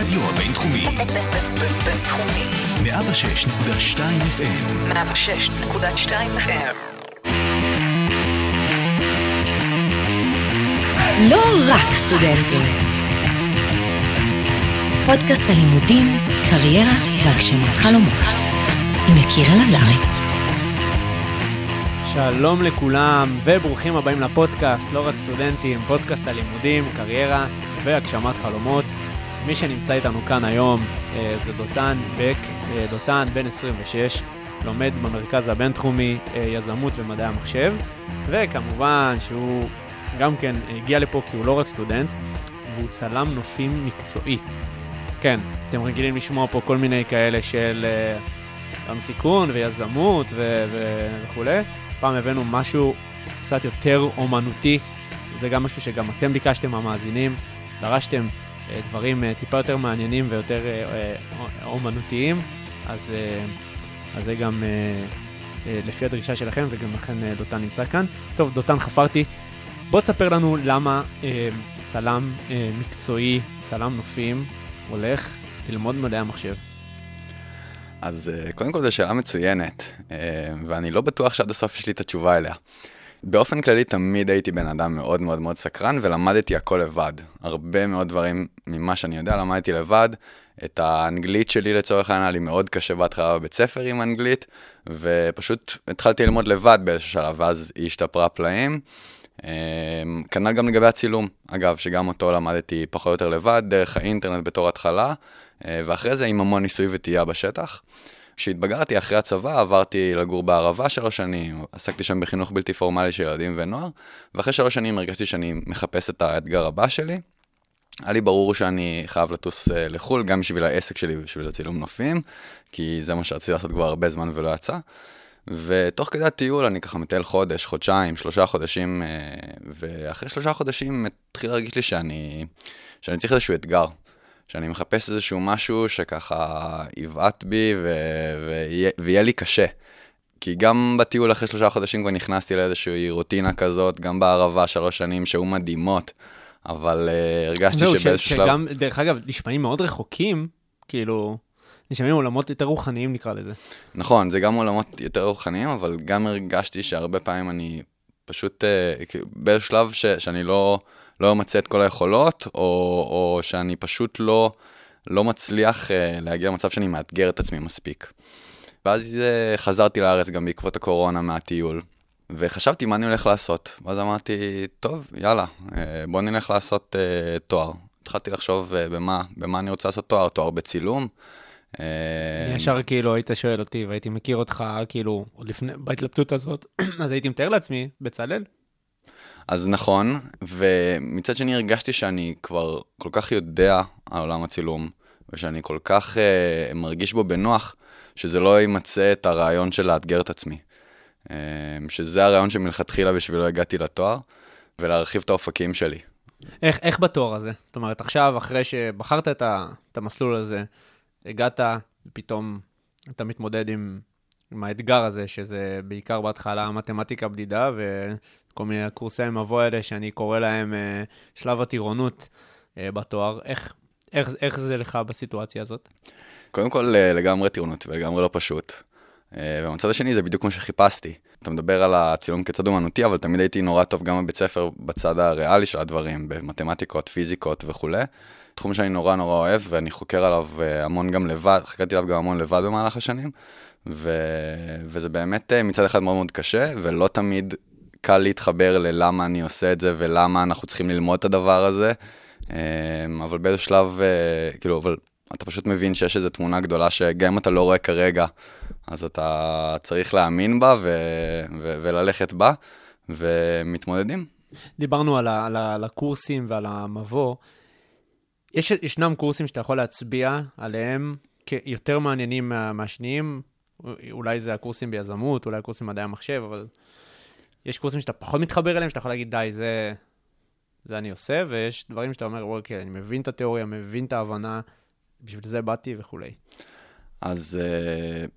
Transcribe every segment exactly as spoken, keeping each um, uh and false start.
הרדיו הבינתחומי. בינתחומי. מאה ושש נקודה שתיים אף אם. מאה ושש נקודה שתיים אף אם. לא רק סטודנטים. פודקאסט הלימודים, קריירה והגשמת חלומות. עם יקיר אלעזרי. שלום לכולם וברוכים הבאים לפודקאסט, לא רק סטודנטים, פודקאסט הלימודים, קריירה והגשמת חלומות. מי שנמצא איתנו כאן היום זה דותן בק, דותן בן עשרים ושש, לומד במרכז הבינתחומי יזמות ומדעי המחשב, וכמובן שהוא גם כן הגיע לפה כי הוא לא רק סטודנט, והוא צלם נופים מקצועי. כן, אתם רגילים לשמוע פה כל מיני כאלה של גם סיכון ויזמות ו- ו- וכולי. פעם הבאנו משהו קצת יותר אומנותי, זה גם משהו שגם אתם ביקשתם המאזינים, דרשתם דברים טיפה יותר מעניינים ויותר אומנותיים, אז, אז זה גם לפי הדרישה שלכם, וגם לכן דותן נמצא כאן. טוב, דותן, חפרתי. בוא תספר לנו למה צלם מקצועי, צלם נופים, הולך ללמוד מדעי המחשב. אז קודם כל זו שאלה מצוינת, ואני לא בטוח שעד הסוף יש לי את התשובה אליה. באופן כללי תמיד הייתי בן אדם מאוד מאוד מאוד סקרן, ולמדתי הכל לבד. הרבה מאוד דברים ממה שאני יודע למדתי לבד. את האנגלית שלי לצורך העניין, לי מאוד קשה בהתחלה בבית ספר עם אנגלית, ופשוט התחלתי ללמוד לבד באיזשהו שלב, ואז היא השתפרה פלאים. כנ"ל גם לגבי הצילום, אגב, שגם אותו למדתי פחות או יותר לבד, דרך האינטרנט בתור התחלה, ואחרי זה עם המון ניסוי וטעייה בשטח. כשהתבגרתי אחרי הצבא, עברתי לגור בערבה שלוש שנים, עסקתי שם בחינוך בלתי פורמלי של ילדים ונוער, ואחרי שלוש שנים הרגשתי שאני מחפש את האתגר הבא שלי. היה לי ברור שאני חייב לטוס לחול, גם בשביל העסק שלי ובשביל הצילום נופים, כי זה מה שרציתי לעשות כבר הרבה זמן ולא יצא. ותוך כדי הטיול אני ככה מטייל חודש, חודשיים, שלושה חודשים, ואחרי שלושה חודשים התחיל להרגיש לי שאני, שאני צריך איזשהו אתגר. שאני מחפש איזשהו משהו שככה יבעט בי ו- ויהיה, ויהיה לי קשה. כי גם בטיול אחרי שלושה חודשים כבר נכנסתי לאיזושהי רוטינה כזאת, גם בערבה שלוש שנים שהיו מדהימות, אבל uh, הרגשתי זהו, שבאיזשהו שלב... שגם, דרך אגב, נשמעים מאוד רחוקים, כאילו, נשמעים עולמות יותר רוחניים נקרא לזה. נכון, זה גם עולמות יותר רוחניים, אבל גם הרגשתי שהרבה פעמים אני פשוט, uh, באיזשהו שלב ש- שאני לא... לא מצא את כל היכולות, או, או שאני פשוט לא, לא מצליח uh, להגיע למצב שאני מאתגר את עצמי מספיק. ואז uh, חזרתי לארץ גם בעקבות הקורונה מהטיול, וחשבתי מה אני הולך לעשות. ואז אמרתי, טוב, יאללה, uh, בוא נלך לעשות uh, תואר. התחלתי לחשוב uh, במה, במה אני רוצה לעשות תואר, תואר בצילום. Uh, אני ישר כאילו היית שואל אותי, והייתי מכיר אותך כאילו, עוד לפני, בהתלבטות הזאת, אז הייתי מתאר לעצמי, בצלאל. אז נכון, ומצד שני הרגשתי שאני כבר כל כך יודע על עולם הצילום, ושאני כל כך uh, מרגיש בו בנוח, שזה לא יימצא את הרעיון של לאתגר את עצמי. Uh, שזה הרעיון שמלכתחילה בשבילו הגעתי לתואר, ולהרחיב את האופקים שלי. איך, איך בתואר הזה? זאת אומרת, עכשיו, אחרי שבחרת את, ה, את המסלול הזה, הגעת, ופתאום אתה מתמודד עם, עם האתגר הזה, שזה בעיקר בהתחלה מתמטיקה בדידה, ו... כל מיני קורסי המבוא האלה שאני קורא להם אה, שלב הטירונות אה, בתואר. איך, איך, איך זה לך בסיטואציה הזאת? קודם כל לגמרי טירונות ולגמרי לא פשוט. אה, והמצד השני זה בדיוק כמו שחיפשתי. אתה מדבר על הצילום כצד אומנותי, אבל תמיד הייתי נורא טוב גם בבית ספר בצד הריאלי של הדברים, במתמטיקות, פיזיקות וכו'. תחום שאני נורא נורא אוהב ואני חוקר עליו המון גם לבד, חקרתי עליו גם המון לבד במהלך השנים. ו... וזה באמת מצד אחד מאוד מאוד קשה ולא תמיד קל להתחבר ללמה אני עושה את זה, ולמה אנחנו צריכים ללמוד את הדבר הזה, אבל באיזה שלב, כאילו, אבל אתה פשוט מבין שיש איזו תמונה גדולה, שגם אם אתה לא רואה כרגע, אז אתה צריך להאמין בה, ו- ו- וללכת בה, ומתמודדים. דיברנו על, ה- על, ה- על הקורסים ועל המבוא, יש, ישנם קורסים שאתה יכול להצביע עליהם, כיותר מעניינים מה- מהשניים, אולי זה הקורסים ביזמות, אולי הקורסים מדעי המחשב, אבל... יש קורסים שאתה פחות מתחבר אליהם, שאתה יכול להגיד, די, זה, זה אני עושה, ויש דברים שאתה אומר, אוקיי, אני מבין את התיאוריה, מבין את ההבנה, בשביל זה באתי וכו'. אז uh,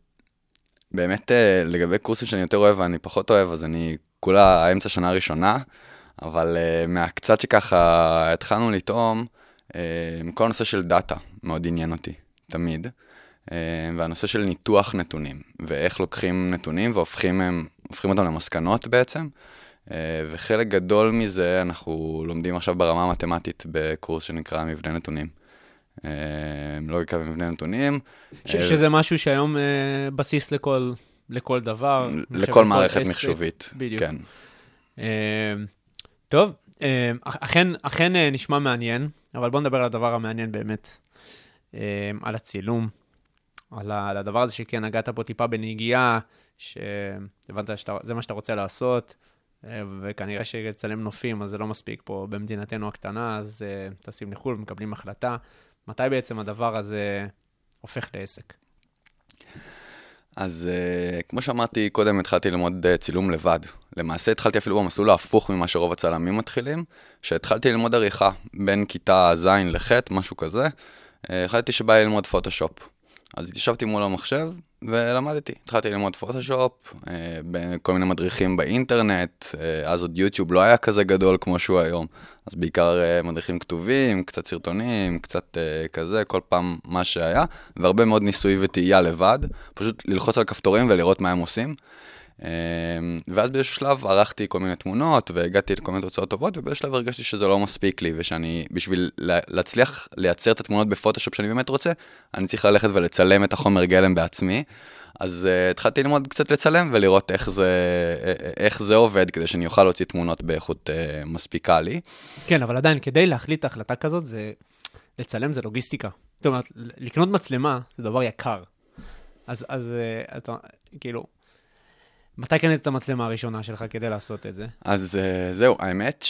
באמת uh, לגבי קורסים שאני יותר אוהב ואני פחות אוהב, אז אני כולה האמצע שנה הראשונה, אבל uh, מהקצת שככה התחלנו לטעום, כל הנושא של דאטה מאוד עניין אותי, תמיד. והנושא של ניתוח נתונים, ואיך לוקחים נתונים והופכים הם, הופכים אותם למסקנות בעצם. וחלק גדול מזה אנחנו לומדים עכשיו ברמה המתמטית בקורס שנקרא מבנה נתונים. לוגיקה ומבנה נתונים. ש- שזה משהו שהיום בסיס לכל, לכל דבר. לכל מערכת מחשובית. בדיוק. כן. טוב, אכן, אכן נשמע מעניין, אבל בוא נדבר על הדבר המעניין באמת, על הצילום, על הדבר הזה שכן נגעת פה טיפה בנגיעה, שהבנת שזה מה שאתה רוצה לעשות, וכנראה שצלם נופים, אז זה לא מספיק פה במדינתנו הקטנה, אז טסים לחו"ל ומקבלים החלטה. מתי בעצם הדבר הזה הופך לעסק? אז uh, כמו שאמרתי קודם, התחלתי ללמוד uh, צילום לבד. למעשה התחלתי אפילו במסלול ההפוך ממה שרוב הצלמים מתחילים, שהתחלתי ללמוד עריכה בין כיתה ז' לח', משהו כזה. Uh, החלטתי שבא לי ללמוד פוטושופ. אז התיישבתי מול המחשב ולמדתי. התחלתי ללמוד פוטושופ, uh, בכל מיני מדריכים באינטרנט, uh, אז עוד יוטיוב לא היה כזה גדול כמו שהוא היום. אז בעיקר uh, מדריכים כתובים, קצת סרטונים, קצת uh, כזה, כל פעם מה שהיה, והרבה מאוד ניסוי וטעייה לבד, פשוט ללחוץ על כפתורים ולראות מה הם עושים. Uh, ואז באיזשהו שלב ערכתי כל מיני תמונות, והגעתי לכל מיני תוצאות טובות, ובאיזשהו שלב הרגשתי שזה לא מספיק לי, ושאני, בשביל להצליח לייצר את התמונות בפוטושופ שאני באמת רוצה, אני צריך ללכת ולצלם את החומר גלם בעצמי. אז uh, התחלתי ללמוד קצת לצלם ולראות איך זה, איך זה עובד, כדי שאני אוכל להוציא תמונות באיכות uh, מספיקה לי. כן, אבל עדיין, כדי להחליט החלטה כזאת, זה, לצלם זה לוגיסטיקה. זאת אומרת, לקנות מצלמה זה דבר יקר. אז, אז uh, אתה, כאילו, מתי קנית את המצלמה הראשונה שלך כדי לעשות את זה? אז uh, זהו, האמת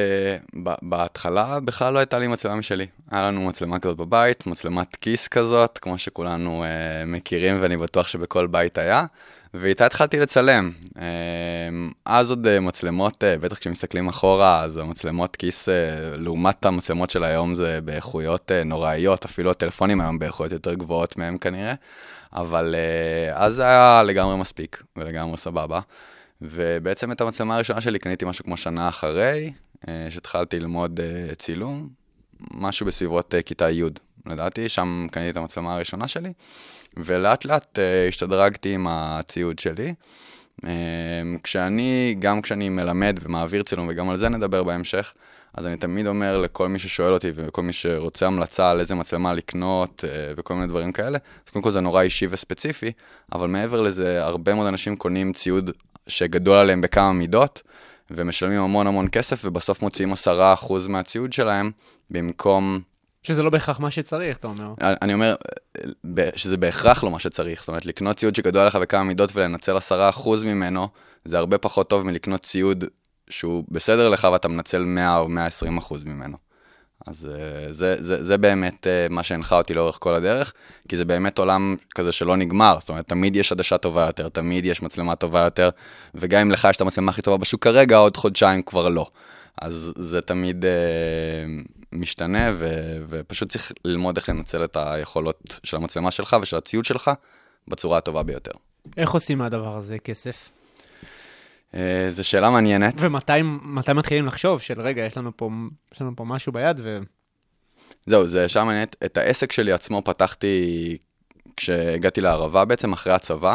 שבהתחלה בכלל לא הייתה לי מצלמה משלי. היה לנו מצלמה כזאת בבית, מצלמת כיס כזאת, כמו שכולנו uh, מכירים, ואני בטוח שבכל בית היה, ואיתה התחלתי לצלם. Uh, אז עוד uh, מצלמות, uh, בטח כשמסתכלים אחורה, אז המצלמות כיס, uh, לעומת המצלמות של היום, זה באיכויות uh, נוראיות, אפילו הטלפונים היום באיכויות יותר גבוהות מהם כנראה. אבל uh, אז זה היה לגמרי מספיק, ולגמרי סבבה. ובעצם את המצלמה הראשונה שלי קניתי משהו כמו שנה אחרי, uh, שהתחלתי ללמוד uh, צילום, משהו בסביבות uh, כיתה י', לדעתי, שם קניתי את המצלמה הראשונה שלי, ולאט לאט uh, השתדרגתי עם הציוד שלי. Uh, כשאני, גם כשאני מלמד ומעביר צילום, וגם על זה נדבר בהמשך, אז אני תמיד אומר לכל מי ששואל אותי, וכל מי שרוצה המלצה על איזה מצלמה לקנות, וכל מיני דברים כאלה, אז קודם כל זה נורא אישי וספציפי, אבל מעבר לזה, הרבה מאוד אנשים קונים ציוד שגדול עליהם בכמה מידות, ומשלמים המון המון כסף, ובסוף מוציאים עשרה אחוז מהציוד שלהם, במקום... שזה לא בהכרח מה שצריך, אתה אומר. אני אומר שזה בהכרח לא מה שצריך, זאת אומרת, לקנות ציוד שגדול עליך בכמה מידות, ולנצל עשרה אחוז ממנו, זה הרבה פחות טוב מלקנות ציוד שהוא בסדר לך ואתה מנצל מאה או מאה ועשרים אחוז ממנו. אז זה, זה, זה באמת מה שהנחה אותי לאורך כל הדרך, כי זה באמת עולם כזה שלא נגמר, זאת אומרת, תמיד יש עדשה טובה יותר, תמיד יש מצלמה טובה יותר, וגם אם לך יש את המצלמה הכי טובה בשוק כרגע, עוד חודשיים כבר לא. אז זה תמיד אה, משתנה, ו, ופשוט צריך ללמוד איך לנצל את היכולות של המצלמה שלך ושל הציוד שלך בצורה הטובה ביותר. איך עושים מהדבר הזה כסף? זו שאלה מעניינת. ומתי מתי מתחילים לחשוב של רגע, יש לנו פה, יש לנו פה משהו ביד ו... זהו, זו שאלה מעניינת. את העסק שלי עצמו פתחתי כשהגעתי לערבה בעצם, אחרי הצבא,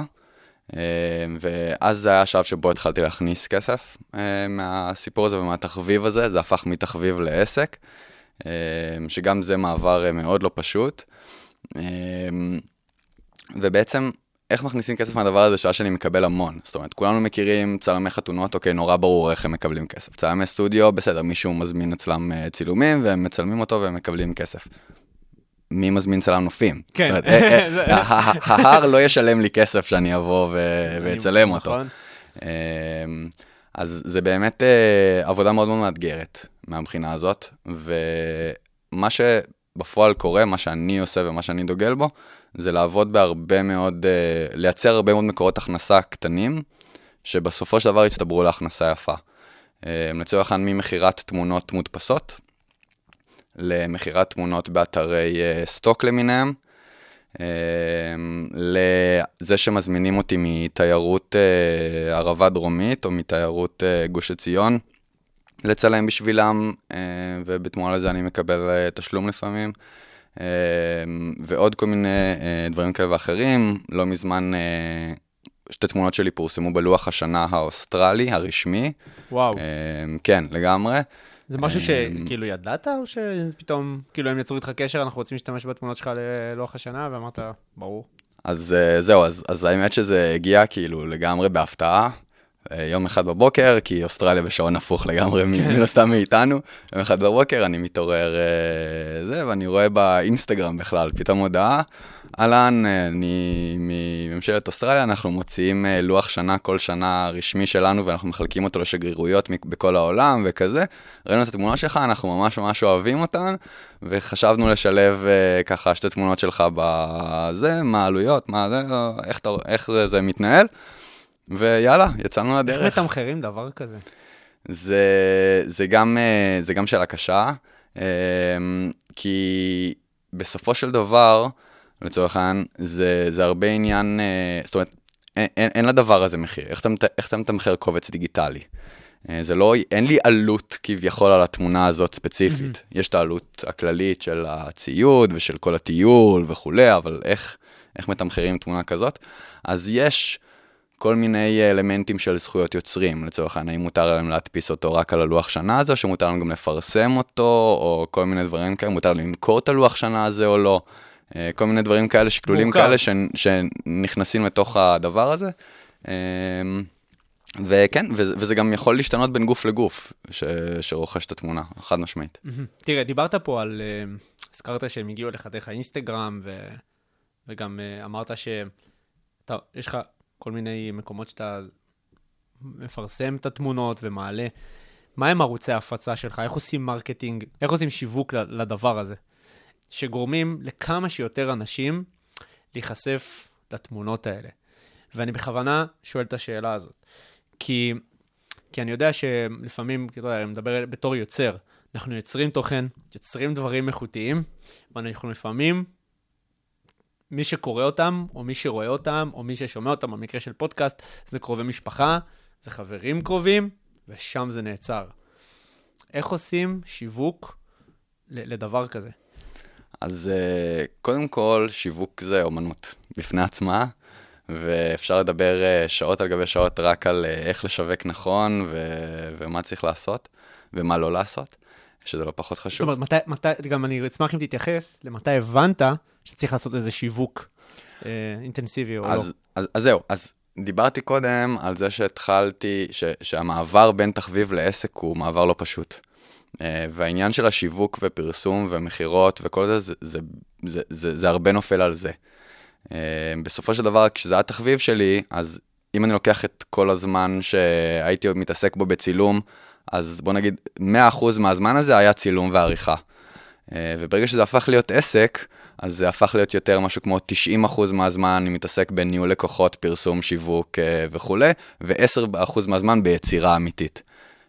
ואז זה היה השלב שבו התחלתי להכניס כסף מהסיפור הזה ומהתחביב הזה, זה הפך מתחביב לעסק, שגם זה מעבר מאוד לא פשוט. ובעצם... איך מכניסים כסף מהדבר הזה שעה שאני מקבל המון? זאת אומרת, כולנו מכירים צלמי חתונות, אוקיי, נורא ברור איך הם מקבלים כסף. צלמי סטודיו, בסדר, מישהו מזמין אצלם צילומים, והם מצלמים אותו והם מקבלים כסף. מי מזמין צלם נופים? כן. ההר לא ישלם לי כסף שאני אבוא ואצלם אותו. אז זה באמת עבודה מאוד מאוד מאתגרת מהבחינה הזאת, ומה שבפועל קורה, מה שאני עושה ומה שאני דוגל בו, זה לעבוד בהרבה מאוד, לייצר הרבה מאוד מקורות הכנסה קטנים, שבסופו של דבר יצטברו להכנסה יפה. לצורך העניין ממחירת תמונות מודפסות, למחירת תמונות באתרי סטוק למיניהם, לזה שמזמינים אותי מתיירות ערבה דרומית, או מתיירות גוש עציון, לצלם בשבילם, ובתמורה לזה אני מקבל תשלום לפעמים, ועוד כל מיני דברים כאלה ואחרים. לא מזמן שתי תמונות שלי פורסמו בלוח השנה האוסטרלי, הרשמי. וואו. כן, לגמרי. זה משהו שכאילו ידעת, או שפתאום, כאילו הם יצרו איתך קשר, אנחנו רוצים להשתמש בתמונות שלך ללוח השנה, ואמרת, ברור. אז זהו, אז, אז האמת שזה הגיע כאילו לגמרי בהפתעה, יום אחד בבוקר, כי אוסטרליה בשעון הפוך לגמרי מן הסתם מאיתנו, יום אחד בבוקר אני מתעורר זה, ואני רואה באינסטגרם בכלל, פתאום הודעה, אלן, אני מממשלת אוסטרליה, אנחנו מוציאים לוח שנה כל שנה רשמי שלנו, ואנחנו מחלקים אותו לשגרירויות בכל העולם וכזה. ראינו את התמונה שלך, אנחנו ממש ממש אוהבים אותן, וחשבנו לשלב ככה שתי תמונות שלך בזה, מה העלויות, מה זה, איך, איך זה, זה מתנהל. ויאללה, יצאנו לדרך. איך מתמחרים דבר כזה? זה, זה גם, זה גם שאלה קשה, כי בסופו של דבר, לצורך העניין, זה, זה הרבה עניין, זאת אומרת, אין, אין, אין לדבר הזה מחיר. איך אתה, איך אתה מתמחר קובץ דיגיטלי? זה לא, אין לי עלות כביכול על התמונה הזאת ספציפית. Mm-hmm. יש את העלות הכללית של הציוד ושל כל הטיול וכולי, אבל איך, איך מתמחרים תמונה כזאת? אז יש כל מיני אלמנטים של זכויות יוצרים, לצורך העניין, האם מותר להם להדפיס אותו רק על הלוח שנה הזה, שמותר להם גם לפרסם אותו, או כל מיני דברים כאלה, מותר למכור את הלוח שנה הזה או לא, כל מיני דברים כאלה, שקלולים כאלה, ש, שנכנסים לתוך הדבר הזה. וכן, וזה גם יכול להשתנות בין גוף לגוף, ש, שרוכש את התמונה, חד משמעית. תראה, דיברת פה על, הזכרת שהם הגיעו לך דרך האינסטגרם, ו, וגם אמרת שיש לך כל מיני מקומות שאתה מפרסם את התמונות ומעלה. מה הם ערוצי ההפצה שלך? איך עושים מרקטינג? איך עושים שיווק לדבר הזה? שגורמים לכמה שיותר אנשים להיחשף לתמונות האלה. ואני בכוונה שואל את השאלה הזאת. כי, כי אני יודע שלפעמים, אני מדבר בתור יוצר, אנחנו יוצרים תוכן, יוצרים דברים איכותיים, ואנחנו לפעמים, מי שקורא אותם, או מי שרואה אותם, או מי ששומע אותם, במקרה של פודקאסט, זה קרובי משפחה, זה חברים קרובים, ושם זה נעצר. איך עושים שיווק לדבר כזה? אז קודם כל, שיווק זה אומנות בפני עצמה, ואפשר לדבר שעות על גבי שעות רק על איך לשווק נכון, ו- ומה צריך לעשות, ומה לא לעשות, שזה לא פחות חשוב. זאת אומרת, מתי, מתי, גם אני אשמח אם תתייחס, למתי הבנת שצריך לעשות איזה שיווק אה, אינטנסיבי או אז, לא. אז, אז זהו, אז דיברתי קודם על זה שהתחלתי, ש- שהמעבר בין תחביב לעסק הוא מעבר לא פשוט. והעניין של השיווק ופרסום ומחירות וכל זה, זה, זה, זה, זה, זה הרבה נופל על זה. בסופו של דבר, כשזה התחביב שלי, אז אם אני לוקח את כל הזמן שהייתי מתעסק בו בצילום, אז בוא נגיד, מאה אחוז מהזמן הזה היה צילום ועריכה. וברגע שזה הפך להיות עסק, אז זה הפך להיות יותר משהו כמו תשעים אחוז מהזמן אני מתעסק בניהול לקוחות, פרסום, שיווק וכו', ו-עשרה אחוז מהזמן ביצירה אמיתית.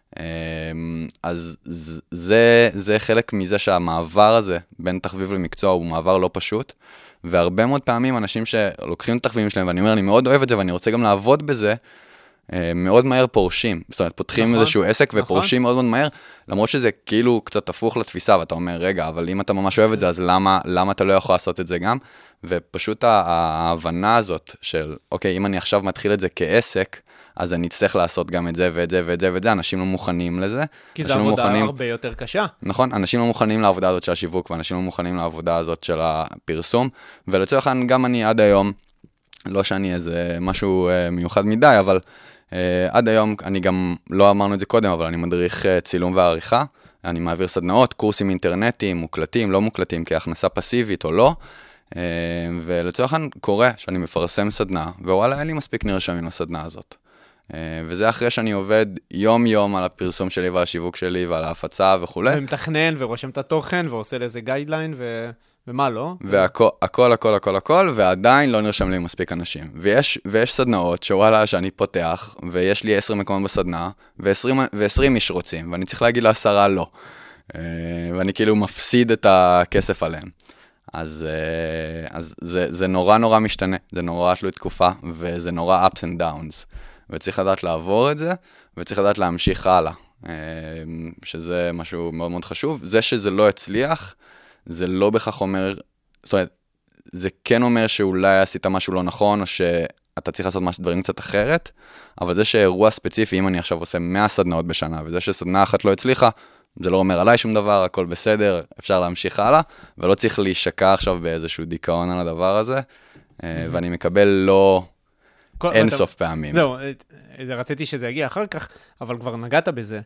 אז זה, זה חלק מזה שהמעבר הזה בין תחביב למקצוע הוא מעבר לא פשוט, והרבה מאוד פעמים אנשים שלוקחים את התחביבים שלהם, ואני אומר, אני מאוד אוהב את זה ואני רוצה גם לעבוד בזה, מאוד מהר פורשים. זאת אומרת, פותחים נכון, איזשהו עסק נכון. ופורשים מאוד מאוד מהר, למרות שזה כאילו קצת הפוך לתפיסה, ואתה אומר, רגע, אבל אם אתה ממש אוהב את זה, אז למה, למה אתה לא יכול לעשות את זה גם? ופשוט ההבנה הזאת של, אוקיי, אם אני עכשיו מתחיל את זה כעסק, אז אני אצטרך לעשות גם את זה ואת זה ואת זה ואת זה, אנשים לא מוכנים לזה. כי זו עבודה מוכנים, הרבה יותר קשה. נכון, אנשים לא מוכנים לעבודה הזאת של השיווק, ואנשים לא מוכנים לעבודה הזאת של הפרסום, ולצורך העניין גם אני עד היום, לא שאני איזה משהו מיוחד מדי, אבל עד היום, אני גם לא אמרנו את זה קודם, אבל אני מדריך צילום ועריכה, אני מעביר סדנאות, קורסים אינטרנטיים, מוקלטים, לא מוקלטים, כהכנסה פסיבית או לא, ולצורך העניין קורה שאני מפרסם סדנה, ווואלה, אין לי מספיק נרשמים לסדנה הזאת. וזה אחרי שאני עובד יום-יום על הפרסום שלי ועל השיווק שלי ועל ההפצה וכו'. ומתכנן ורושם את התוכן ועושה לאיזה גיידליין ו... ומה לא? והכל, הכל, הכל, הכל, הכל, ועדיין לא נרשם לי מספיק אנשים. ויש, ויש סדנאות שוואלה שאני פותח, ויש לי עשרה מקומות בסדנה, ועשרים איש רוצים, ואני צריך להגיד לעשרה לא. ואני כאילו מפסיד את הכסף עליהם. אז, אז זה, זה נורא נורא משתנה, זה נורא תלוי תקופה, וזה נורא ups and downs. וצריך לדעת לעבור את זה, וצריך לדעת להמשיך הלאה. שזה משהו מאוד מאוד חשוב. זה שזה לא הצליח, זה לא בכך אומר, זאת אומרת, זה כן אומר שאולי עשית משהו לא נכון, או שאתה צריך לעשות משהו דברים קצת אחרת, אבל זה שאירוע ספציפי, אם אני עכשיו עושה מאה סדנאות בשנה, וזה שסדנה אחת לא הצליחה, זה לא אומר עליי שום דבר, הכל בסדר, אפשר להמשיך הלאה, ולא צריך להישקע עכשיו באיזשהו דיכאון על הדבר הזה, ואני מקבל לא אין סוף פעמים. זהו, רציתי שזה יגיע אחר כך, אבל כבר נגעת בזה.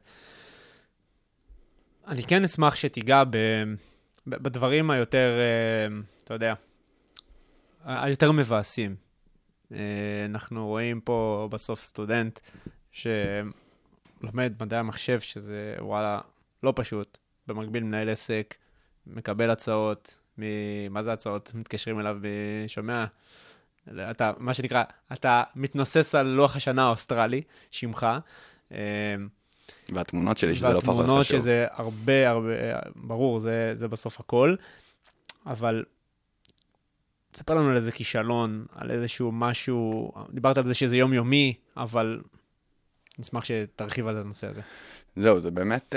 אני כן אשמח שתיגע בדברים היותר, אתה יודע, היותר מבאסים. אנחנו רואים פה בסוף סטודנט שלומד מדעי המחשב, שזה וואלה לא פשוט. במקביל מנהל עסק, מקבל הצעות, מה זה הצעות? מתקשרים אליו ושומע. אתה, מה שנקרא, אתה מתנוסס על לוח השנה האוסטרלי, שמך. והתמונות שלי, שזה לא פחות חשוב. והתמונות שזה הרבה, הרבה, ברור, זה, זה בסוף הכל. אבל תספר לנו על איזה כישלון, על איזשהו משהו, דיברת על זה שזה יומיומי, אבל נשמח שתרחיב על הנושא הזה. זהו, זה באמת,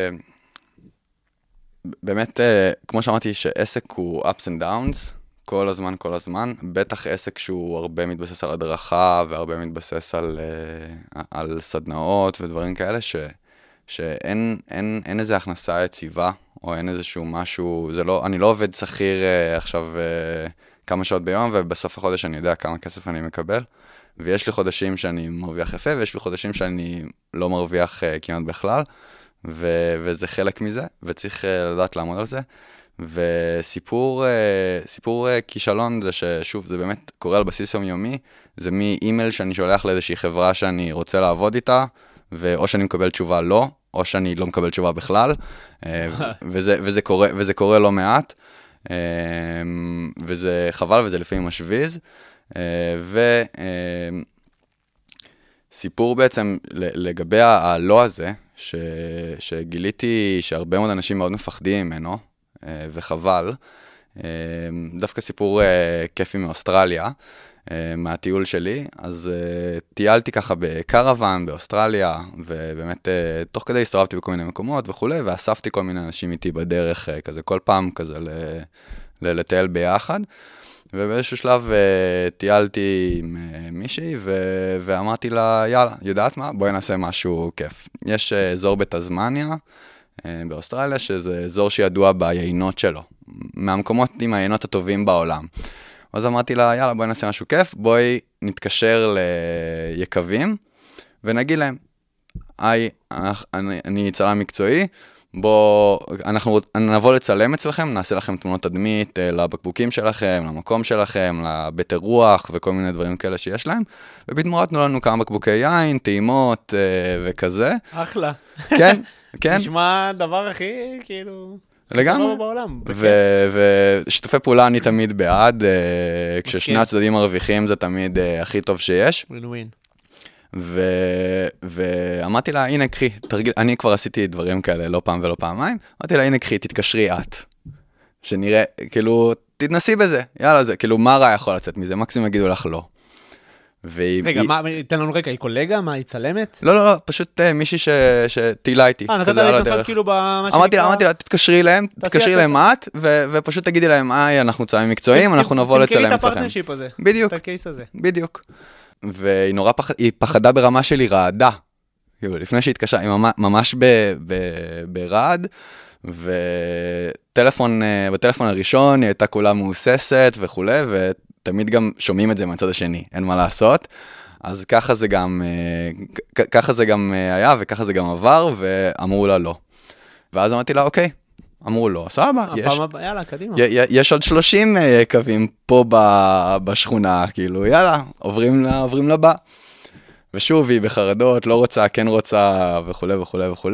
באמת, כמו שאמרתי, שעסק הוא ups and downs, כל הזמן, כל הזמן, בטח עסק שהוא הרבה מתבסס על הדרכה, והרבה מתבסס על, על סדנאות ודברים כאלה, ש, שאין, אין, אין איזו הכנסה יציבה, או אין איזשהו משהו, זה לא, אני לא עובד שכיר עכשיו כמה שעות ביום, ובסוף החודש אני יודע כמה כסף אני מקבל, ויש לי חודשים שאני מרוויח יפה, ויש לי חודשים שאני לא מרוויח כמעט בכלל, ו, וזה חלק מזה, וצריך לדעת לעמוד על זה. וסיפור סיפור כישלון זה ששוב, זה באמת קורה על בסיס יומיומי, זה מאימייל שאני שולח לאיזושהי חברה שאני רוצה לעבוד איתה, ואו שאני מקבל תשובה לא, או שאני לא מקבל תשובה בכלל, וזה, וזה קורה, וזה קורה לא מעט, וזה חבל וזה לפעמים משוויז, וסיפור בעצם לגבי הלא הזה, ש, שגיליתי שהרבה מאוד אנשים מאוד מפחדים ממנו, וחבל, דווקא סיפור כיפי מאוסטרליה, מהטיול שלי, אז טיילתי ככה בקרוון באוסטרליה, ובאמת תוך כדי הסתובבתי בכל מיני מקומות וכו', ואספתי כל מיני אנשים איתי בדרך, כזה כל פעם כזה לטייל ביחד, ובאיזשהו שלב טיילתי עם מישהי, ואמרתי לה, יאללה, יודעת מה? בואי נעשה משהו כיף. יש אזור בתזמניה, באוסטרליה, שזה אזור שידוע ביינות שלו, מהמקומות עם היינות הטובים בעולם. אז אמרתי לה, יאללה, בואי נעשה משהו כיף, בואי נתקשר ליקבים, ונגיד להם, היי, אני, אני צלם מקצועי, בוא, אנחנו נבוא לצלם אצלכם, נעשה לכם תמונות תדמית לבקבוקים שלכם, למקום שלכם, לבית אירוח וכל מיני דברים כאלה שיש להם, ובתמורה תנו לנו כמה בקבוקי יין, טעימות וכזה. אחלה. כן, כן. נשמע דבר הכי, כאילו, לגמרי. בעולם. ושיתופי פעולה אני תמיד בעד, כששני הצדדים מרוויחים זה תמיד הכי טוב שיש. ווין ווין. ואמרתי לה, הנה קחי, תרגיל, אני כבר עשיתי דברים כאלה לא פעם ולא פעמיים, אמרתי לה, הנה קחי, תתקשרי את. שנראה, כאילו, תתנסי בזה, יאללה זה, כאילו, מה רע יכול לצאת מזה? מקסימום יגידו לך לא. רגע, תן לנו רגע, היא קולגה? מה, היא צלמת? לא, לא, לא, פשוט מישהי שתהילה איתי. אה, נתת לה להתנסות כאילו במה שנקרא? אמרתי לה, אמרתי לה, תתקשרי להם, תתקשרי להם את, ופשוט תגידי להם, היי, אנחנו צלמים מקצועיים, אנחנו נבוא לצלם אצלכם. תמכרי את הפרטנרשיפ הזה. בדיוק. את הקייס הזה. בדיוק. והיא נורא פחד, היא פחדה ברמה שלי רעדה. כאילו, לפני שהתקשרה, היא ממש ברעד, וטלפון, בטלפון הראשון היא הייתה כולה מאוססת וכו', ותמיד גם שומעים את זה מהצד השני, אין מה לעשות. אז ככה זה גם, ככה זה גם היה, וככה זה גם עבר, ואמרו לה לא. ואז אמרתי לה, אוקיי, אמרו לו, סבבה, יש, יאללה, קדימה. יש עוד שלושים קווים פה בשכונה, כאילו, יאללה, עוברים, עוברים לבא. ושוב, היא בחרדות, לא רוצה, כן רוצה, וכו' וכו' וכו'.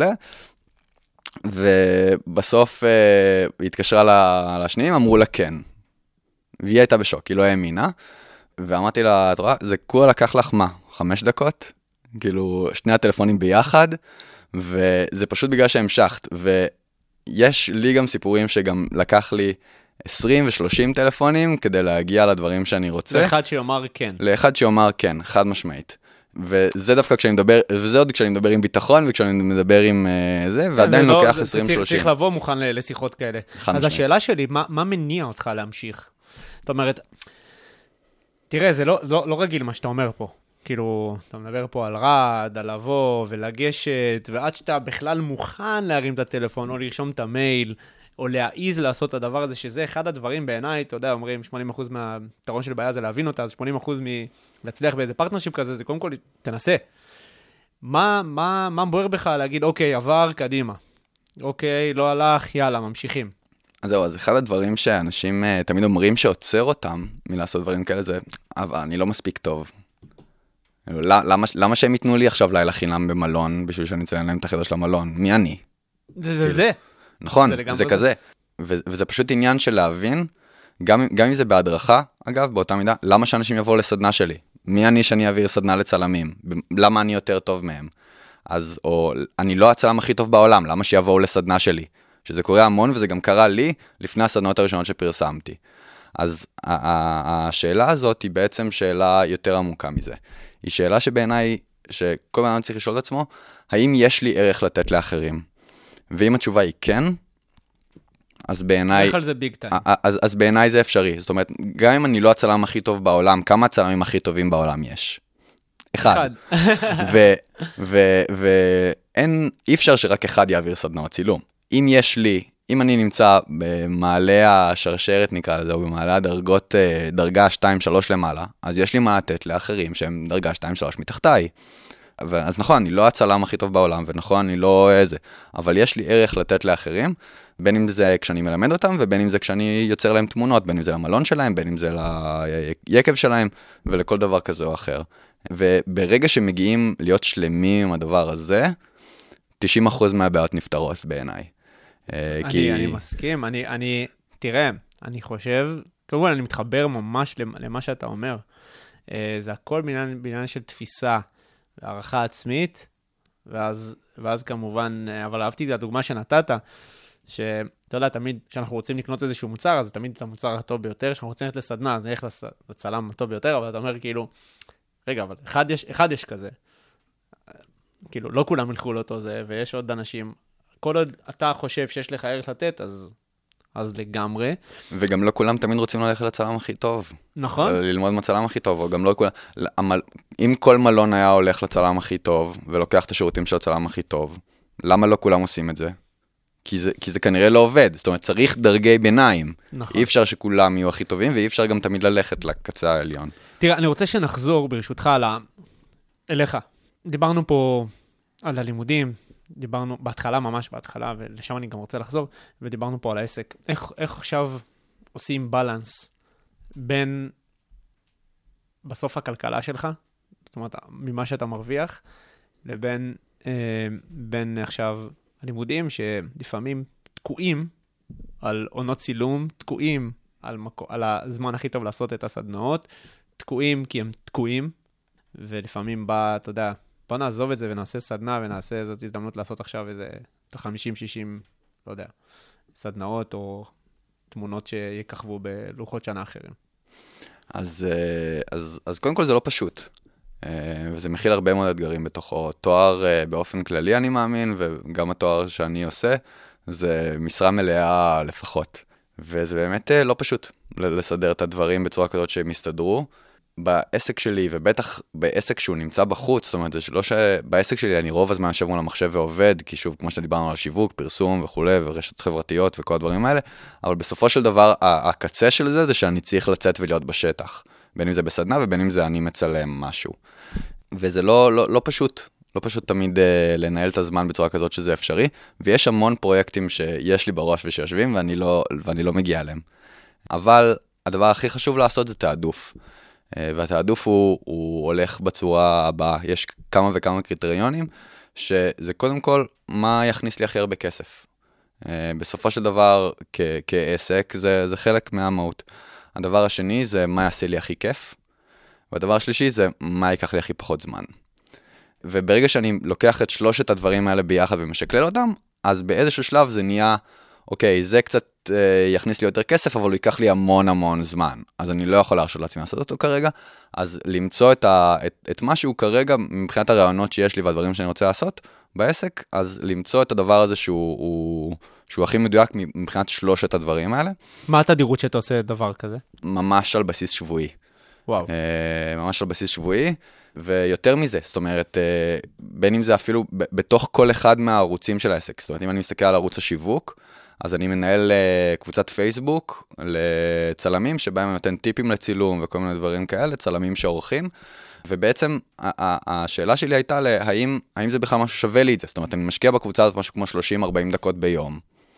ובסוף היא התקשרה לשניים, אמרו לה כן. והיא הייתה בשוק, היא לא האמינה. ואמרתי לה, את רואה, זה כולה לקח לך מה? חמש דקות? כאילו, שני הטלפונים ביחד, וזה פשוט בגלל שהמשכת. ויש לי גם סיפורים שגם לקח לי עשרים ו-שלושים טלפונים, כדי להגיע לדברים שאני רוצה. לאחד שיאמר כן. לאחד שיאמר כן, חד משמעית. וזה דווקא כשאני מדבר, וזה עוד כשאני מדבר עם ביטחון, וכשאני מדבר עם זה, ועדיין לוקח עשרים שלושים. צריך לבוא מוכן לשיחות כאלה. אז השאלה שלי, מה מניע אותך להמשיך? זאת אומרת, תראה, זה לא רגיל מה שאתה אומר פה. כאילו, אתה מדבר פה על רד, על לבוא ולגשת, ועד שאתה בכלל מוכן להרים את הטלפון, או לרשום את המייל, או להעיז לעשות את הדבר הזה, שזה אחד הדברים בעיניי, אתה יודע, אומרים, שמונים אחוז מהפתרון של בעיה זה להבין אותה, אז שמונים אחוז מלהצליח באיזה פרטנרשיפ כזה, זה קודם כל, תנסה. מה, מה, מה בוער בך להגיד, אוקיי, עבר, קדימה. אוקיי, לא הלך, יאללה, ממשיכים. אז זהו, אז אחד הדברים שאנשים תמיד אומרים שעוצר אותם מלעשות דברים כאלה, זה, אבל אני לא מספיק טוב. למה, למה שהם ייתנו לי עכשיו לילה חינם במלון, בשביל שאני אציין להם את החדר של המלון? מי אני? זה זה זה. נכון, זה, זה כזה. ו- וזה פשוט עניין של להבין, גם, גם אם זה בהדרכה, אגב, באותה מידה, למה שאנשים יבואו לסדנה שלי? מי אני שאני אעביר סדנה לצלמים? למה אני יותר טוב מהם? אז, או, אני לא הצלם הכי טוב בעולם, למה שיבואו לסדנה שלי? שזה קורה המון, וזה גם קרה לי לפני הסדנות הראשונות שפרסמתי. אז השאלה הזאת היא בעצם שאלה יותר עמוקה מזה. היא שאלה שבעיניי, שכל בן אדם צריך לשאול את עצמו, האם יש לי ערך לתת לאחרים? ואם התשובה היא כן, אז בעיניי... איך על זה ביג טיים? אז, אז בעיניי זה אפשרי. זאת אומרת, גם אם אני לא הצלם הכי טוב בעולם, כמה הצלמים הכי טובים בעולם יש? אחד. ואין, אי אפשר שרק אחד יעביר סדנאות צילום. אם יש לי, אם אני נמצא במעלה השרשרת נקרא לזה, או במעלה הדרגות, דרגה שתיים שלוש למעלה, אז יש לי מה לתת לאחרים שהם דרגה שתיים שלוש מתחתיי. אז נכון, אני לא הצלם הכי טוב בעולם, ונכון, אני לא איזה, אבל יש לי ערך לתת לאחרים, בין אם זה כשאני מלמד אותם, ובין אם זה כשאני יוצר להם תמונות, בין אם זה למלון שלהם, בין אם זה ליקב שלהם, ולכל דבר כזה או אחר. וברגע שמגיעים להיות שלמים עם הדבר הזה, תשעים אחוז מהבעיות נפתרות בעיניי. אני, כי... אני מסכים, אני, אני, תראה, אני חושב, כמובן אני מתחבר ממש למה שאתה אומר, זה הכל בעניין, בעניין של תפיסה, הערכה עצמית, ואז, ואז כמובן, אבל אהבתי את הדוגמה שנתת, שאתה יודע, תמיד כשאנחנו רוצים לקנות איזשהו מוצר, אז תמיד את המוצר הטוב ביותר, כשאנחנו רוצים ללכת לסדנה, אז נלך לצלם הטוב ביותר, אבל אתה אומר כאילו, רגע, אבל אחד יש, אחד יש כזה, כאילו, לא כולם ילכו לאותו זה, ויש עוד אנשים, כל עוד אתה חושב שיש לך ערך לתת, אז... אז לגמרי. וגם לא כולם תמיד רוצים ללכת לצלם הכי טוב. נכון. ללמוד מהצלם הכי טוב, או גם לא כולם... אם כל מלון היה הולך לצלם הכי טוב, ולוקח את השירותים של הצלם הכי טוב, למה לא כולם עושים את זה? כי זה, כי זה כנראה לא עובד. זאת אומרת, צריך דרגי ביניים. נכון. אי אפשר שכולם יהיו הכי טובים, ואי אפשר גם תמיד ללכת לקצה העליון. תראה, אני רוצה שנחזור ברשותך על ה... אליך. דיברנו פה על הלימודים, דיברנו בהתחלה, ממש בהתחלה, ולשם אני גם רוצה לחזור, ודיברנו פה על העסק. איך, איך עכשיו עושים בלנס בין בסוף הכלכלה שלך, זאת אומרת, ממה שאתה מרוויח, לבין אה, בין עכשיו הלימודים שלפעמים תקועים על עונות צילום, תקועים על, מקו, על הזמן הכי טוב לעשות את הסדנאות, תקועים כי הם תקועים, ולפעמים בא, אתה יודע, בוא נעזוב את זה ונעשה סדנה ונעשה, זאת הזדמנות לעשות עכשיו איזה חמישים שישים, לא יודע, סדנאות או תמונות שיקחבו בלוחות שנה אחרים. אז, אז, אז קודם כל זה לא פשוט, וזה מכיל הרבה מאוד אתגרים בתוכו. תואר באופן כללי אני מאמין, וגם התואר שאני עושה, זה משרה מלאה לפחות. וזה באמת לא פשוט לסדר את הדברים בצורה כזאת שהם יסתדרו. בעסק שלי, ובטח בעסק שהוא נמצא בחוץ, זאת אומרת, זה לא שבעסק שלי אני רוב הזמן יושב מול המחשב ועובד, כי שוב, כמו שדיברנו על שיווק, פרסום וכו', ורשתות חברתיות וכל הדברים האלה, אבל בסופו של דבר, הקצה של זה, זה שאני צריך לצאת ולהיות בשטח, בין אם זה בסדנה ובין אם זה אני מצלם משהו. וזה לא, לא, לא פשוט, לא פשוט תמיד uh, לנהל את הזמן בצורה כזאת שזה אפשרי, ויש המון פרויקטים שיש לי בראש ושיושבים, ואני לא, ואני לא מגיע אליהם. אבל הדבר הכי חשוב לעשות זה תעדוף. והתעדוף הוא, הוא הולך בצורה הבאה. יש כמה וכמה קריטריונים, שזה קודם כל, מה יכניס לי הכי הרבה בכסף. בסופו של דבר, כ- כעסק, זה, זה חלק מהמהות. הדבר השני זה מה יעשה לי הכי כיף, והדבר השלישי זה מה ייקח לי הכי פחות זמן. וברגע שאני לוקח את שלושת הדברים האלה ביחד ומשקלל אותם, אז באיזשהו שלב זה נהיה, אוקיי, זה קצת אה, יכניס לי יותר כסף, אבל הוא ייקח לי המון המון זמן. אז אני לא יכול להרשות לעצמי לעשות אותו כרגע. אז למצוא את, ה, את, את משהו כרגע, מבחינת הרעיונות שיש לי והדברים שאני רוצה לעשות בעסק, אז למצוא את הדבר הזה שהוא, הוא, שהוא הכי מדויק מבחינת שלושת הדברים האלה. מה התדירות שאתה עושה דבר כזה? ממש על בסיס שבועי. וואו. אה, ממש על בסיס שבועי. ויותר מזה, זאת אומרת, בין אם זה אפילו בתוך כל אחד מהערוצים של העסק, זאת אומרת, אם אני מסתכל על ערוץ השיווק, אז אני מנהל קבוצת פייסבוק לצלמים, שבהם אני נותן טיפים לצילום וכל מיני דברים כאלה, צלמים שעורכים, ובעצם השאלה שלי הייתה, האם, האם זה בכלל משהו שווה לי את זה? זאת אומרת, אני משקיע בקבוצה הזאת משהו כמו שלושים ארבעים דקות ביום,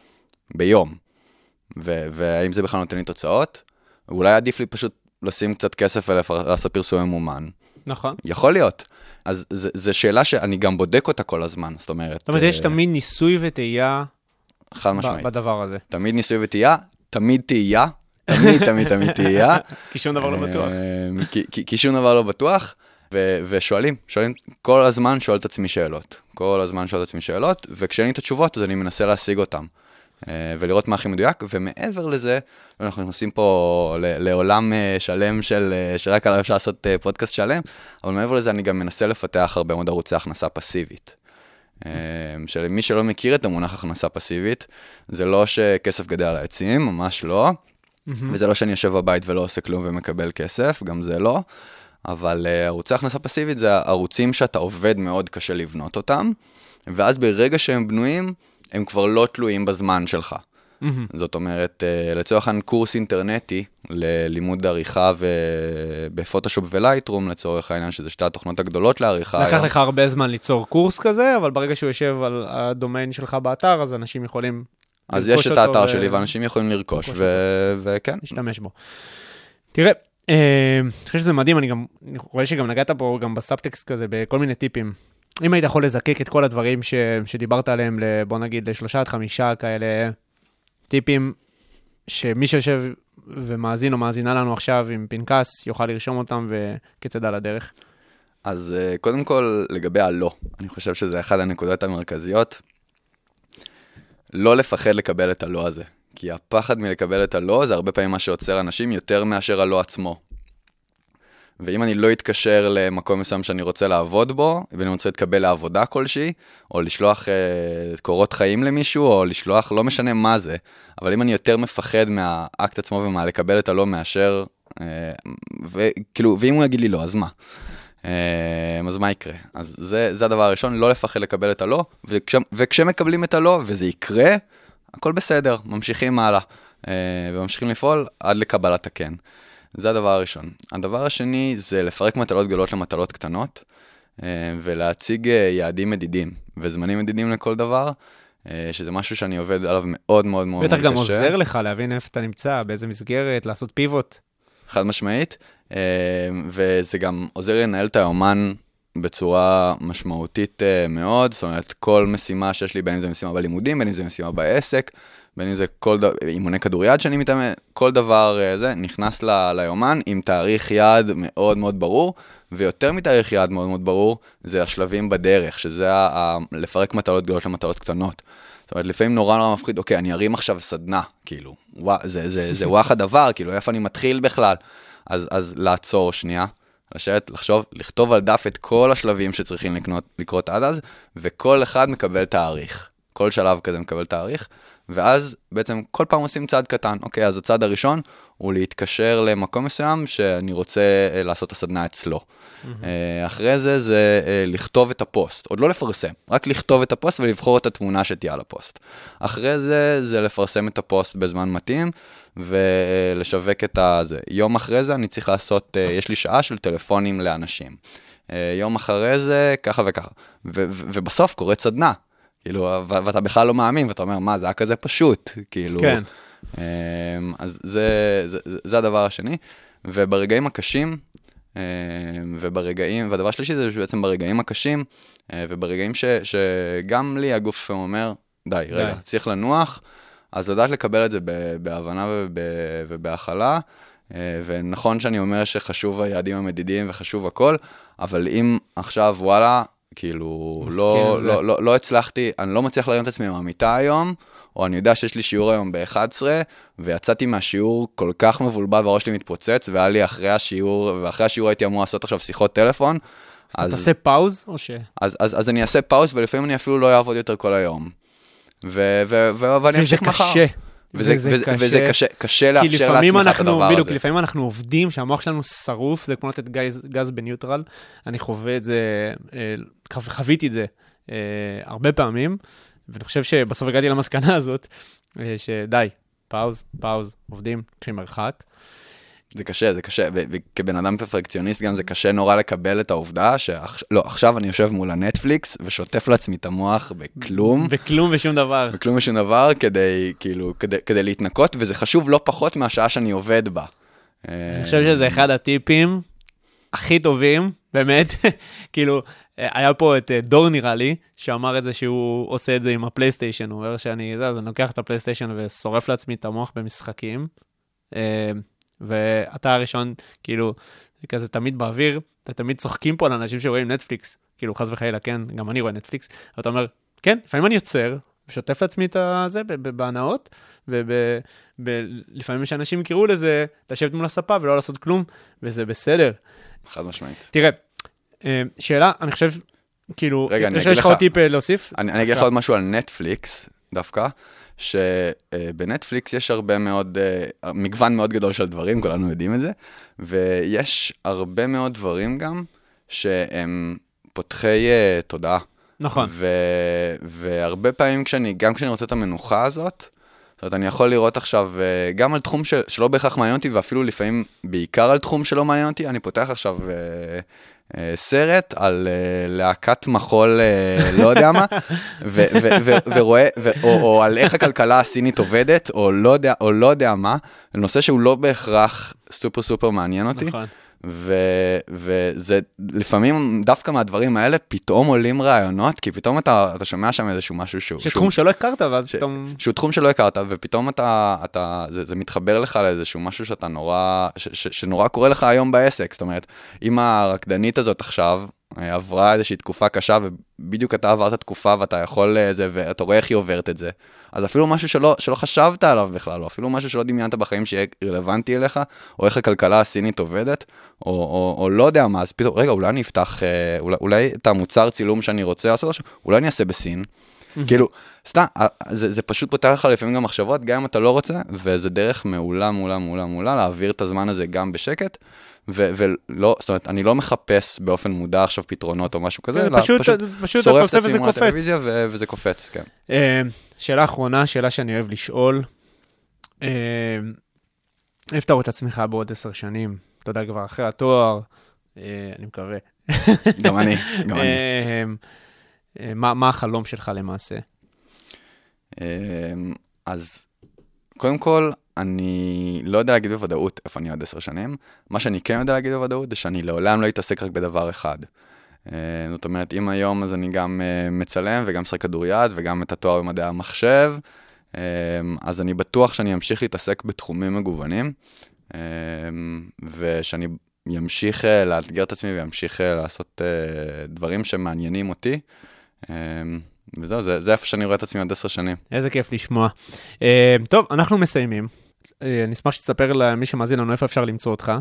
ביום, ו- והאם זה בכלל נותן לי תוצאות? אולי עדיף לי פשוט לשים קצת כסף ולעשות פרסום ממומן. נכון. יכול להיות. אז זו שאלה שאני גם בודק אותה כל הזמן, זאת אומרת... זאת אומרת, יש תמיד ניסוי וטעייה חד משמעית. בדבר הזה. תמיד ניסוי וטעייה, תמיד טעייה, תמיד תמיד תמיד טעייה. כי שום דבר לא בטוח. כי שום דבר לא בטוח, ושואלים, שואלים, כל הזמן שואל את עצמי שאלות. כל הזמן שואל את עצמי שאלות, וכשאין לי את התשובות, אז אני מנסה להשיג אותם. ולראות מה הכי מדויק, ומעבר לזה, אנחנו נכנסים פה לעולם שלם של, שרק עליו אפשר לעשות פודקאסט שלם, אבל מעבר לזה אני גם מנסה לפתח הרבה מאוד ערוצי הכנסה פסיבית. שלמי שלא מכיר את המונח הכנסה פסיבית, זה לא שכסף גדל על העצים, ממש לא, וזה לא שאני יושב בבית ולא עושה כלום ומקבל כסף, גם זה לא, אבל ערוצי הכנסה פסיבית זה ערוצים שאתה עובד מאוד קשה לבנות אותם, ואז ברגע שהם בנויים, הם כבר לא תלויים בזמן שלך. Mm-hmm. זאת אומרת, לצורך העניין קורס אינטרנטי ללימוד עריכה בפוטושופ ולייטרום, לצורך העניין שזה שתי התוכנות הגדולות לעריכה. לקח לך הרבה זמן ליצור קורס כזה, אבל ברגע שהוא יושב על הדומיין שלך באתר, אז אנשים יכולים אז יש את האתר שלי, ואנשים יכולים לרכוש, וכן. להשתמש בו. תראה, אני חושב שזה מדהים, אני גם רואה שגם נגעת פה גם בסאבטקסט כזה, בכל מיני טיפים. אם היית יכול לזקק את כל הדברים ש, שדיברת עליהם, בוא נגיד, לשלושה עד חמישה כאלה טיפים, שמי שיושב ומאזין או מאזינה לנו עכשיו עם פנקס, יוכל לרשום אותם וכצדה לדרך. אז קודם כל, לגבי הלא, אני חושב שזה אחד הנקודות המרכזיות, לא לפחד לקבל את הלא הזה, כי הפחד מלקבל את הלא, זה הרבה פעמים מה שעוצר אנשים יותר מאשר הלא עצמו. ואם אני לא אתקשר למקום מסוים שאני רוצה לעבוד בו, ואני רוצה להתקבל לעבודה כלשהי, או לשלוח אה, קורות חיים למישהו, או לשלוח, לא משנה מה זה, אבל אם אני יותר מפחד מהאקט עצמו ומה לקבל את הלא מאשר, אה, וכאילו, ואם הוא יגיד לי לא, אז מה? אה, אז מה יקרה? אז זה, זה הדבר הראשון, לא לפחד לקבל את הלא, וכש, וכשמקבלים את הלא, וזה יקרה, הכל בסדר, ממשיכים מעלה, אה, וממשיכים לפעול עד לקבלת הכן. זה הדבר הראשון. הדבר השני זה לפרק מטלות גדולות למטלות קטנות, ולהציג יעדים מדידים, וזמנים מדידים לכל דבר, שזה משהו שאני עובד עליו מאוד מאוד מאוד קשה. בטח גם עוזר לך להבין איפה אתה נמצא, באיזה מסגרת, לעשות פיבוט. חד משמעית, וזה גם עוזר לנהל את היומן בצורה משמעותית מאוד, זאת אומרת, כל משימה שיש לי, בין אם זה משימה בלימודים, בין אם זה משימה בעסק, בין אם זה כל דבר, אימוני כדוריד שאני מתאמן, כל דבר זה נכנס ל, ליומן עם תאריך יעד מאוד מאוד ברור, ויותר מתאריך יעד מאוד מאוד ברור, זה השלבים בדרך, שזה ה, ה, לפרק מטלות גדולות למטלות קטנות. זאת אומרת, לפעמים נורא נורא מפחיד, אוקיי, אני ארים עכשיו סדנה, כאילו, ווא, זה, זה, זה וואח הדבר, כאילו, איפה אני מתחיל בכלל? אז, אז לעצור שנייה, לשבת, לחשוב, לכתוב על דף את כל השלבים שצריכים לקנות, לקרות עד אז, וכל אחד מקבל תאריך. כל שלב כזה מקבל תאריך, ואז בעצם כל פעם עושים צעד קטן. אוקיי, אז הצעד הראשון הוא להתקשר למקום מסוים שאני רוצה לעשות את הסדנה אצלו. Mm-hmm. אחרי זה זה לכתוב את הפוסט, עוד לא לפרסם, רק לכתוב את הפוסט ולבחור את התמונה שתהיה על הפוסט. אחרי זה זה לפרסם את הפוסט בזמן מתאים, ולשווק את הזה. יום אחרי זה אני צריך לעשות, יש לי שעה של טלפונים לאנשים. יום אחרי זה ככה וככה. ו- ו- ובסוף קורית סדנה. כאילו, ואתה בכלל לא מאמין, ואתה אומר, מה, זה היה כזה פשוט, כאילו. כן. אז זה, זה, זה הדבר השני. וברגעים הקשים, וברגעים, והדבר השלישי זה בעצם ברגעים הקשים, וברגעים ש, שגם לי הגוף אומר, די, רגע, צריך לנוח, אז לדעת לקבל את זה בהבנה ובהכלה, ונכון שאני אומר שחשוב היעדים המדידים וחשוב הכל, אבל אם עכשיו, וואלה, כאילו, לא, לא, לא, לא הצלחתי, אני לא מצליח להרים את עצמי מהמיטה היום, או אני יודע שיש לי שיעור היום ב-אחת עשרה, ויצאתי מהשיעור כל כך מבולבל והראש שלי מתפוצץ, והיה לי אחרי השיעור, ואחרי השיעור הייתי אמור לעשות עכשיו שיחות טלפון. אז אתה תעשה פאוז או ש... אז, אז, אז אני אעשה פאוז, ולפעמים אני אפילו לא אעבוד יותר כל היום. ו- ו- ו- ואני אמשיך מחר. וזה קשה. וזה, וזה, וזה, וזה קשה, קשה לאפשר לעצמך את הדבר בדיוק, הזה. לפעמים אנחנו עובדים, שהמוח שלנו שרוף, זה כמו לתת גז, גז בניוטרל. אני חווה את זה, חוויתי את זה הרבה פעמים, ואני חושב שבסוף הגעתי למסקנה הזאת, שדי, פאוז, פאוז, עובדים, קחים מרחק. זה קשה, זה קשה, וכבן אדם פרפקציוניסט גם זה קשה נורא לקבל את העובדה שלא, עכשיו אני יושב מול הנטפליקס ושוטף לעצמי את המוח בכלום. בכלום ושום דבר. בכלום ושום דבר כדי, כאילו, כדי, כדי להתנקות, וזה חשוב לא פחות מהשעה שאני עובד בה. אני חושב שזה אחד הטיפים הכי טובים, באמת, כאילו, היה פה את דור נראה לי, שאמר את זה שהוא עושה את זה עם הפלייסטיישן, הוא אומר שאני, זה, אז אני לוקח את הפלייסטיישן ושורף לעצמי את המוח במשחקים, ואתה הראשון, כאילו, כזה תמיד באוויר, אתה תמיד צוחקים פה על אנשים שרואים נטפליקס, כאילו חס וחלילה, כן, גם אני רואה נטפליקס, ואתה אומר, כן, לפעמים אני יוצר, ושוטף לעצמי את זה בהנאות, ולפעמים שאנשים יקראו לזה, לשבת מול הספה ולא לעשות כלום, וזה בסדר. חד משמעית. תראה, שאלה, אני חושב, כאילו, יש לך עוד טיפ להוסיף? אני אגיד לך עוד משהו על נטפליקס, דווקא, שבנטפליקס יש הרבה מאוד, מגוון מאוד גדול של דברים, כולנו יודעים את זה, ויש הרבה מאוד דברים גם, שהם פותחי תודעה. נכון. והרבה פעמים כשאני, גם כשאני רוצה את המנוחה הזאת, זאת אומרת, אני יכול לראות עכשיו, גם על תחום שלא בהכרח מעניין אותי, ואפילו לפעמים בעיקר על תחום שלא מעניין אותי, אני פותח עכשיו סרט על להקת מחול, לא יודע מה, ורואה, או על איך הכלכלה הסינית עובדת, או לא יודע מה, נושא שהוא לא בהכרח סופר סופר מעניין אותי. נכון. וזה לפעמים דווקא מהדברים האלה פתאום עולים רעיונות, כי פתאום אתה, אתה שומע שם איזשהו משהו שהוא... שתחום שלא הכרת, ואז פתאום... שהוא תחום שלא הכרת, ופתאום אתה, אתה, זה, זה מתחבר לך לאיזשהו משהו שאתה נורא, ש, ש, שנורא קורה לך היום בעסק. זאת אומרת, אם הרקדנית הזאת עכשיו עברה איזושהי תקופה קשה, ובדיוק אתה עברת תקופה ואתה יכול זה, ואתה רואה איך היא עוברת את זה, אז אפילו משהו שלא, שלא חשבת עליו בכלל, או אפילו משהו שלא דמיינת בחיים שיהיה רלוונטי אליך, או איך הכלכלה הסינית עובדת, או, או, או לא יודע מה, אז פתאום, רגע, אולי אני אפתח, אולי, אולי את המוצר צילום שאני רוצה לעשות עכשיו, אולי אני אעשה בסין. כאילו, סתם, זה, זה פשוט פותח לך לפעמים גם מחשבות, גם אם אתה לא רוצה, וזה דרך מעולה, מעולה, מעולה, מעולה, להעביר את הזמן הזה גם בשקט, ו- ולא, זאת אומרת, אני לא מחפש באופן מודע עכשיו פתרונות או משהו כזה, אלא פשוט, פשוט, פשוט שורף את עצמי מול הטלוויזיה ו- וזה קופץ, כן. שאלה אחרונה, שאלה שאני אוהב לשאול, איפה אתה רואה את עצמך בעוד עשר שנים? אתה יודע, כבר אחרי התואר, אני מקווה. גם אני, גם אני. מה, מה החלום שלך למעשה? אז קודם כל, אני לא יודע להגיד בוודאות איפה אני עוד עשר שנים. מה שאני כן יודע להגיד בוודאות, זה שאני לעולם לא אתעסק רק בדבר אחד. זאת אומרת, אם היום אז אני גם מצלם וגם שחק כדוריד וגם את התואר במדעי המחשב, אז אני בטוח שאני אמשיך להתעסק בתחומים מגוונים, ושאני ימשיך לאתגר את עצמי וימשיך לעשות דברים שמעניינים אותי. וזהו, זה, זה איפה שאני רואה את עצמי עד עשר שנים. איזה כיף לשמוע. טוב, אנחנו מסיימים. אני אשמח שתספר למי שמאזין לנו איפה אפשר למצוא אותך.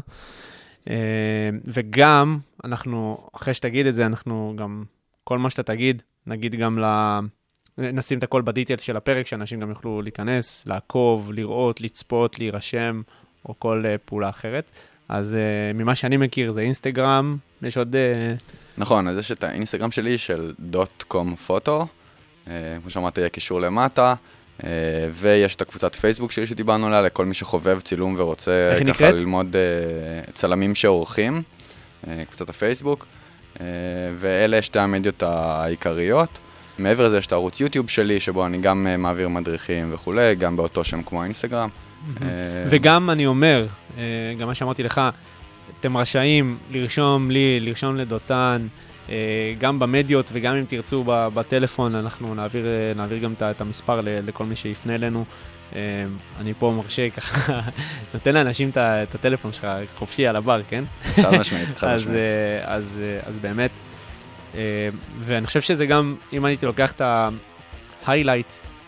וגם, אנחנו, אחרי שתגיד את זה, אנחנו גם, כל מה שאתה תגיד, נגיד גם ל... נשים את הכל בדיטיילס של הפרק, שאנשים גם יוכלו להיכנס, לעקוב, לראות, לצפות, להירשם, או כל פעולה אחרת. אז ממה שאני מכיר זה אינסטגרם, יש עוד... נכון, אז יש את האינסטגרם שלי של דוט קום פוטו, כמו שאמרת, יהיה קישור למטה, ויש את הקבוצת פייסבוק שלי שדיברנו עליה, לכל מי שחובב צילום ורוצה ככה ללמוד צלמים שעורכים, קבוצת הפייסבוק, ואלה שתי המדיות העיקריות. מעבר לזה יש את הערוץ יוטיוב שלי, שבו אני גם מעביר מדריכים וכו', גם באותו שם כמו האינסטגרם. וגם אני אומר, גם מה שאמרתי לך, אתם רשאים לרשום לי, לרשום לדותן, גם במדיות וגם אם תרצו בטלפון, אנחנו נעביר, נעביר גם את המספר לכל מי שיפנה אלינו. אני פה מרשה ככה, נותן לאנשים את הטלפון שלך חופשי על הבר, כן? חד משמעית, חד משמעית. אז, אז באמת, ואני חושב שזה גם, אם הייתי לוקח את ה-highlight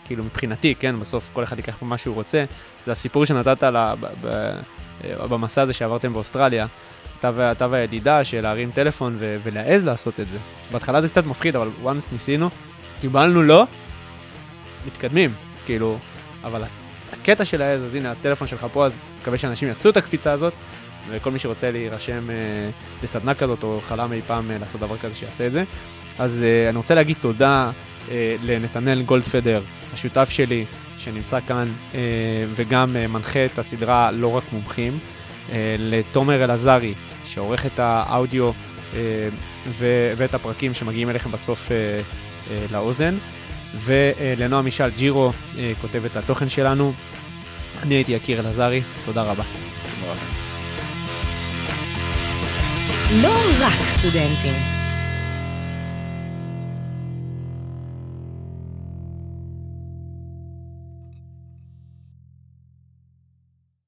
כאילו מבחינתי, כן, בסוף כל אחד ייקח מה שהוא רוצה, זה הסיפור שנתת לה, ב, ב, במסע הזה שעברתם באוסטרליה, אתה והידידה של להרים טלפון ו- ולהעז לעשות את זה. בהתחלה זה קצת מפחיד, אבל once ניסינו, קיבלנו לא, מתקדמים, כאילו, אבל הקטע של העז, אז הנה, הטלפון שלך פה, אז מקווה שאנשים יעשו את הקפיצה הזאת, וכל מי שרוצה להירשם אה, לסדנה כזאת, או חלם אי פעם אה, לעשות דבר כזה שיעשה את זה. אז אה, אני רוצה להגיד תודה אה, לנתנאל גולדפדר, השותף שלי, שנמצא כאן, אה, וגם אה, מנחה את הסדרה לא רק מומחים, אה, לתומר אלעזרי, שעורך את האודיו אה, ו- ואת הפרקים שמגיעים אליכם בסוף אה, אה, לאוזן, ולנועה מישל ג'ירו, אה, כותב את התוכן שלנו. אני הייתי יקיר אלעזרי, תודה רבה. לא רק סטודנטים.